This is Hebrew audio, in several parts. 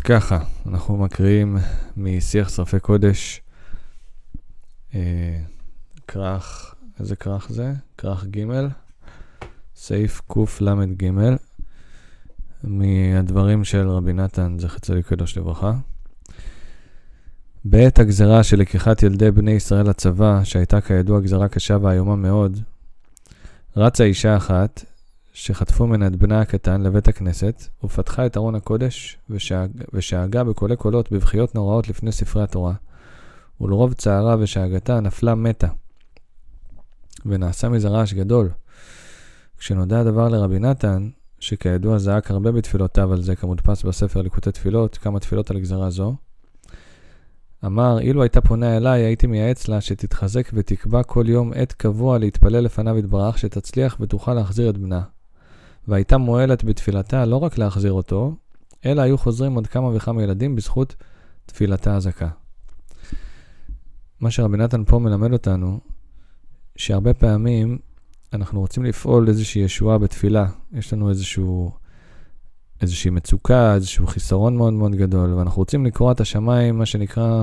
ככה, אנחנו מקריאים משיח שרפי קודש, כרך, איזה כרך זה? כרך ג', סעיף קל"ג, מהדברים של רבי נתן, זכר צדיק קדוש לברכה. בעת הגזרה של לקיחת ילדי בני ישראל לצבא, שהייתה כידוע גזרה קשה ואיומה מאוד, רצה אישה אחת שחטפו ממנה את בנה הקטן לבית הכנסת, ופתחה את ארון הקודש ושאגה בקולי קולות בבכיות נוראות לפני ספרי התורה, ולרוב צערה ושאגתה נפלה מתה, ונעשה מזה רעש גדול. כשנודע הדבר לרבי נתן, שכידוע זעק הרבה בתפילותיו על זה, כמודפס בספר ליקוטי תפילות, כמה תפילות על גזרה זו, אמר, אילו הייתה פונה אליי, הייתי מייעץ לה שתתחזק ותקבע כל יום עת קבוע להתפלל לפניו יתברך, שתצליח ותוכל להחזיר את בנה. והייתה מועלת בתפילתה לא רק להחזיר אותו, אלא היו חוזרים עוד כמה וכמה ילדים בזכות תפילתה הזכה. מה שרבי נתן פה מלמד אותנו, שהרבה פעמים אנחנו רוצים לפעול איזושהי ישועה בתפילה. יש לנו איזושהי מצוקה, איזשהו חיסרון מאוד מאוד גדול, ואנחנו רוצים לקרוא את השמיים, מה שנקרא,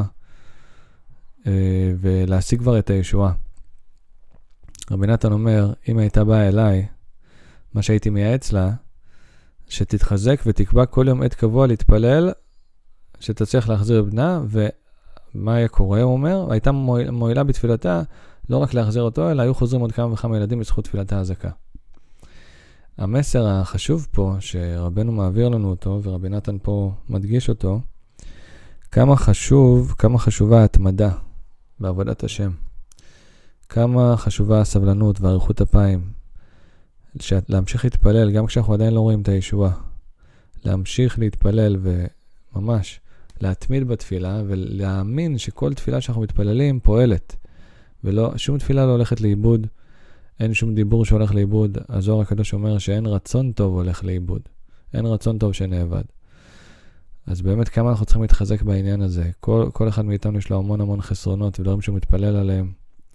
ולהשיג כבר את הישועה. רבי נתן אומר, אם הייתה באה אליי, מה שהייתי מייעץ לה, שתתחזק ותקבע כל יום עת קבוע להתפלל, שתצליח להחזיר בנה, ומה היה קורה, הוא אומר, הייתה מועילה בתפילתה, לא רק להחזיר אותו, אלא היו חוזרים עוד כמה וכמה ילדים בזכות תפילתה הזכה. המסר החשוב פה, שרבנו מעביר לנו אותו, ורבי נתן פה מדגיש אותו, כמה חשובה התמדה בעבודת השם. כמה חשובה הסבלנות ואריכות אפיים. להמשיך להתפלל, גם כשאנחנו עדיין לא רואים את הישועה. להמשיך להתפלל וממש להתמיד בתפילה, ולהאמין שכל תפילה שאנחנו מתפללים פועלת. ושום תפילה לא הולכת לאיבוד. אין שום דיבור שהולך לאיבוד. הזוהר הקדוש אומר שאין רצון טוב הולך לאיבוד. אין רצון טוב שנאבד. אז באמת כמה אנחנו צריכים להתחזק בעניין הזה. כל אחד מאיתנו יש לו המון המון חסרונות ודברים שהוא מתפלל עליהם.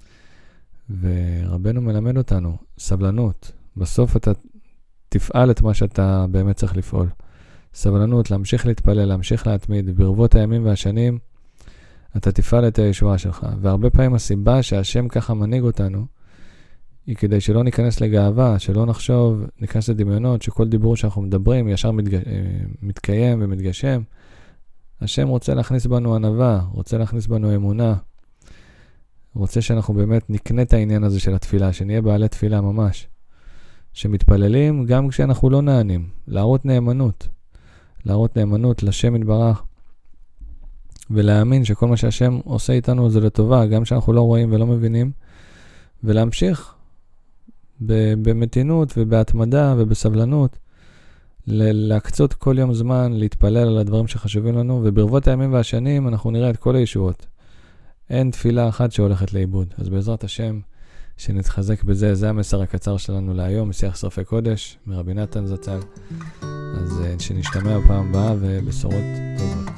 ורבנו מלמד אותנו, סבלנות. בסוף אתה תפעל את מה שאתה באמת צריך לפעול. סבלנות, להמשיך להתפלל, להמשיך להתמיד. ברבות הימים והשנים אתה תפעל את הישועה שלך. והרבה פעמים הסיבה שהשם ככה מנהיג אותנו, היא כדי שלא ניכנס לגאווה, שלא נחשוב, ניכנס לדמיונות, שכל דיבור שאנחנו מדברים ישר מתקיים ומתגשם. השם רוצה להכניס בנו ענווה, רוצה להכניס בנו אמונה, רוצה שאנחנו באמת נקנה את העניין הזה של התפילה, שנהיה בעלי תפילה ממש, שמתפללים גם כשאנחנו לא נענים, להראות נאמנות לשם יתברך, ולהאמין שכל מה שהשם עושה איתנו זה לטובה, גם שאנחנו לא רואים ולא מבינים, ולהמשיך במתינות ובהתמדה ובסבלנות, להקצות כל יום זמן, להתפלל על הדברים שחשובים לנו, וברבות הימים והשנים אנחנו נראה את כל הישועות. אין תפילה אחת שהולכת לאיבוד. אז בעזרת השם, שנתחזק בזה, זה המסר הקצר שלנו להיום, משיח שרפי קודש, מרבי נתן זצ"ל. אז שנשתמע בפעם הבאה ובשורות טובות.